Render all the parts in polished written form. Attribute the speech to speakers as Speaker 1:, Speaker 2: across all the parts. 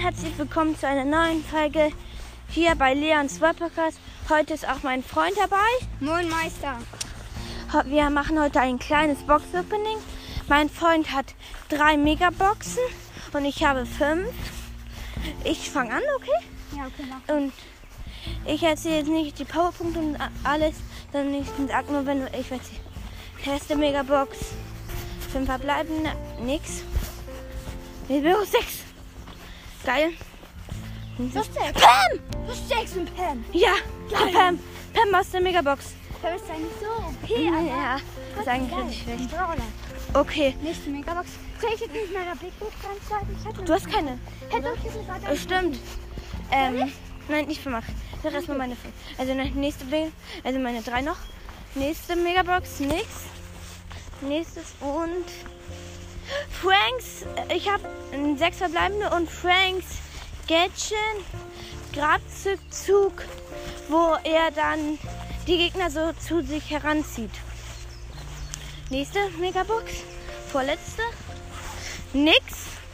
Speaker 1: herzlich willkommen zu einer neuen Folge hier bei Leons Podcast. Heute ist auch mein Freund dabei.
Speaker 2: Moin Meister.
Speaker 1: Wir machen heute ein kleines Box-Opening. Mein Freund hat 3 Megaboxen und ich habe 5. Ich fange an, okay?
Speaker 2: Ja, okay, mach.
Speaker 1: Und ich erzähle jetzt nicht die Powerpunkte und alles, sondern ich sage nur, wenn ich weiß nicht. Erste Megabox, 5 verbleibende, nix. Ich will 6. Geil.
Speaker 2: Was ist Pam! Was ist Jackson Pam?
Speaker 1: Ja,
Speaker 2: Geil.
Speaker 1: Pam aus der Megabox.
Speaker 2: Pam ist eigentlich so okay, aber
Speaker 1: Ja, das ist eigentlich richtig
Speaker 2: ein
Speaker 1: schlecht.
Speaker 2: Brawler.
Speaker 1: Okay,
Speaker 2: Nächste Megabox. Soll ich jetzt nicht mehr Big Book reinschalten? Ich hatte
Speaker 1: du hast keine.
Speaker 2: Hätte ich jetzt gerade eine.
Speaker 1: Stimmt. Nein, nicht vermacht. Sag erstmal meine 5. Also nächste also meine 3 noch. Nächste Megabox, nix. Nächstes und Franks. Ich habe 6 verbleibende und Franks Gadget Gradzug, wo er dann die Gegner so zu sich heranzieht. Nächste Megabox, vorletzte, nix.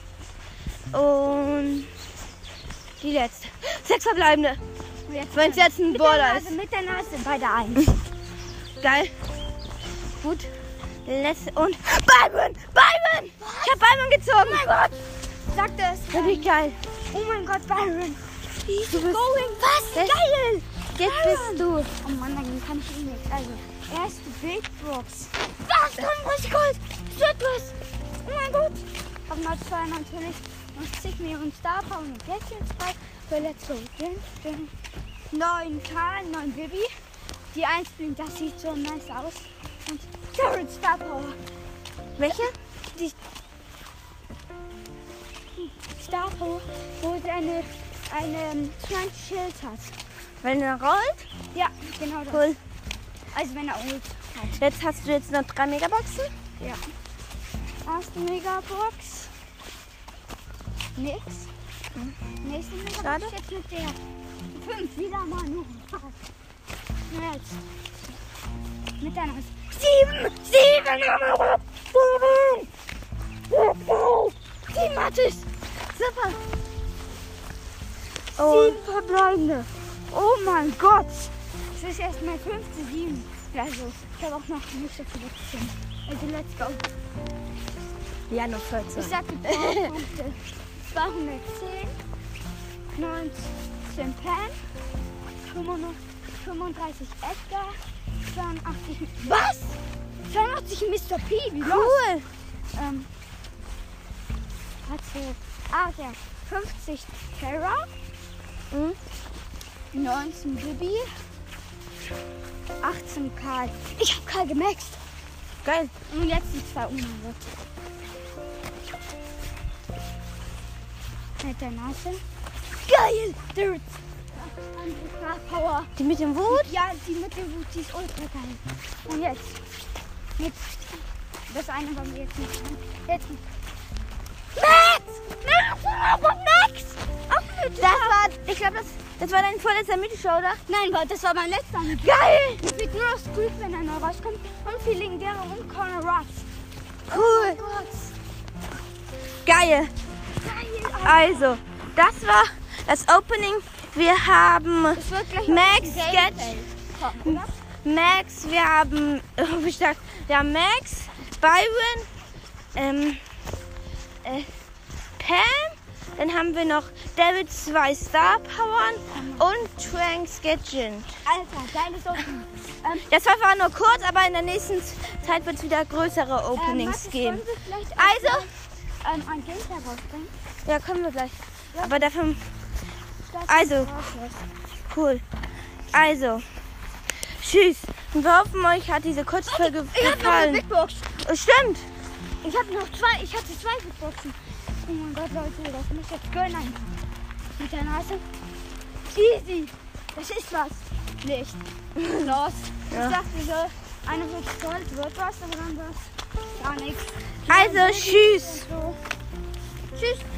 Speaker 1: Und die letzte. 6 verbleibende. Wenn es jetzt ein Border ist.
Speaker 2: Mit der Nase beide 1.
Speaker 1: Geil. Gut. Letzte und Byron! Byron! Ich hab Byron gezogen.
Speaker 2: Oh mein Gott! Sagt es.
Speaker 1: Richtig geil.
Speaker 2: Oh mein Gott, Byron.
Speaker 1: Du bist
Speaker 2: Was?
Speaker 1: Jetzt-
Speaker 2: Geil!
Speaker 1: Jetzt bist du.
Speaker 2: Oh Mann, dann kann ich ihn nicht. Also, erste Big Box. Was? 35 Gold! Das wird was! Oh mein Gott! Auf Nummer 2 natürlich 50 Millionen Star Power und Gadgets frei. Für Let's Go. 9 Karl, 9 Bibi. Die 1 blinkt, das sieht so nice aus. Und Jared Star Power.
Speaker 1: Welche?
Speaker 2: Die Star Power, wo sie eine 20 Schild hat.
Speaker 1: Wenn er rollt?
Speaker 2: Ja, genau das.
Speaker 1: Cool.
Speaker 2: Also wenn er Ult hat.
Speaker 1: Jetzt hast du jetzt noch 3 Megaboxen.
Speaker 2: Ja. Erste Megabox. Nix. Nächste Megabox
Speaker 1: Schade.
Speaker 2: jetzt mit der 5 wieder mal nur. Jetzt. Mit der 9. 7! 7 hatte ich.
Speaker 1: Super.
Speaker 2: 7 verbleibende. Oh mein Gott. Das ist erst mein 5. 7. Also, ich habe auch noch nicht so viele gesehen. Also, let's go.
Speaker 1: Ja, noch 14.
Speaker 2: Ich sag die Powerpunkte. 210, 19 Pam, 35 Edgar, 82... Was? 82 Mr. P, wie los?
Speaker 1: Cool.
Speaker 2: Ja, 50 Terra, 19 Bibi, 18 Karl. Ich hab Karl gemaxt.
Speaker 1: Geil.
Speaker 2: Und jetzt die 2 Unruhe. Mit der Nase. Geil! Der Star Power.
Speaker 1: Die mit dem Wut?
Speaker 2: Ja, die mit dem Wut, die ist ultra geil. Und jetzt mit das eine wollen wir jetzt nicht haben. Jetzt mit Max! Max!
Speaker 1: Ich glaube, das war dein vorletzter Mythischer, oder?
Speaker 2: Nein, das war mein letzter.
Speaker 1: Geil.
Speaker 2: Es wird nur noch Squeak, wenn er neu rauskommt. Und viel legendäre und Corner Ruts.
Speaker 1: Cool.
Speaker 2: Oh Gott.
Speaker 1: Geil.
Speaker 2: Geil.
Speaker 1: Also, das war das Opening. Wir haben
Speaker 2: Es wird gleich
Speaker 1: Max,
Speaker 2: noch ein
Speaker 1: Gadget.
Speaker 2: Gameplay kommen, oder?
Speaker 1: Max, wir haben Max, Byron, Pam, dann haben wir noch David 2 Star Powern und Franks Gadget.
Speaker 2: Alter, geiles Opening.
Speaker 1: Das war nur kurz, aber in der nächsten Zeit wird es wieder größere Openings geben. Also,
Speaker 2: ein Gameplay rausbringen.
Speaker 1: ja, kommen wir gleich. Aber dafür, also, cool. Also, tschüss. Und wir hoffen, euch hat diese Kurzfolge
Speaker 2: Ich habe noch eine
Speaker 1: gefallen.
Speaker 2: Big Box.
Speaker 1: Stimmt.
Speaker 2: Ich hatte 2 Big Boxen. Oh mein Gott, Leute, das muss ich jetzt gönnen. Mit der Nase. Easy. Das ist was. Nicht. Los.
Speaker 1: Ja.
Speaker 2: Ich dachte so, eine wird Gold, wird was, aber dann war es gar nichts.
Speaker 1: Also, tschüss.
Speaker 2: So. Tschüss.